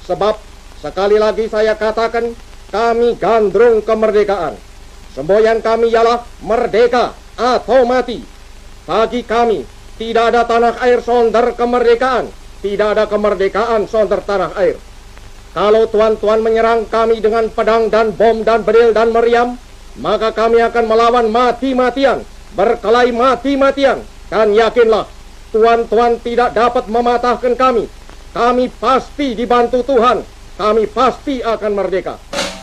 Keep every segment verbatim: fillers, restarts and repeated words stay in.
Sebab sekali lagi saya katakan, kami gandrung kemerdekaan. Semboyan kami ialah merdeka atau mati. Bagi kami tidak ada tanah air sonder kemerdekaan, tidak ada kemerdekaan sonder tanah air. Kalau tuan-tuan menyerang kami dengan pedang dan bom dan bedil dan meriam, maka kami akan melawan mati-matian, berkelahi mati-matian. Dan yakinlah, tuan-tuan tidak dapat mematahkan kami. Kami pasti dibantu Tuhan, kami pasti akan merdeka.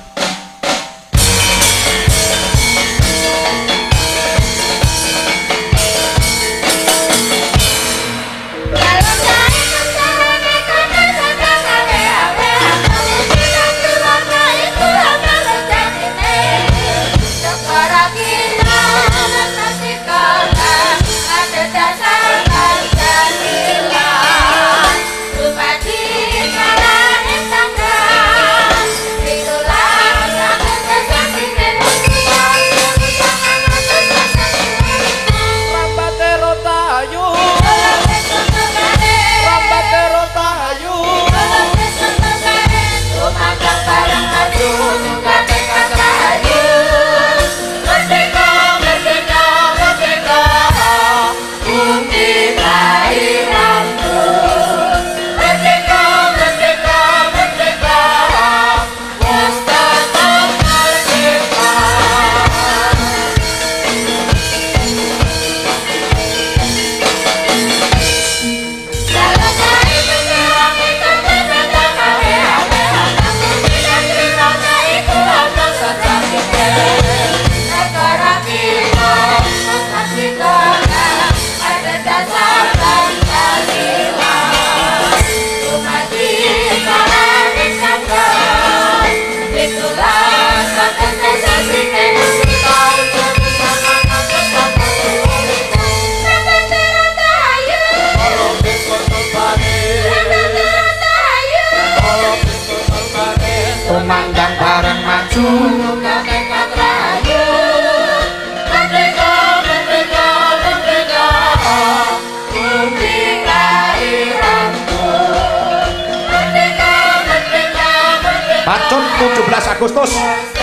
Kumandang bareng maju merdeka rayu, merdeka, merdeka, merdeka, bumi kelahiranku. Merdeka, merdeka, merdeka. Pacun tujuh belas Agustus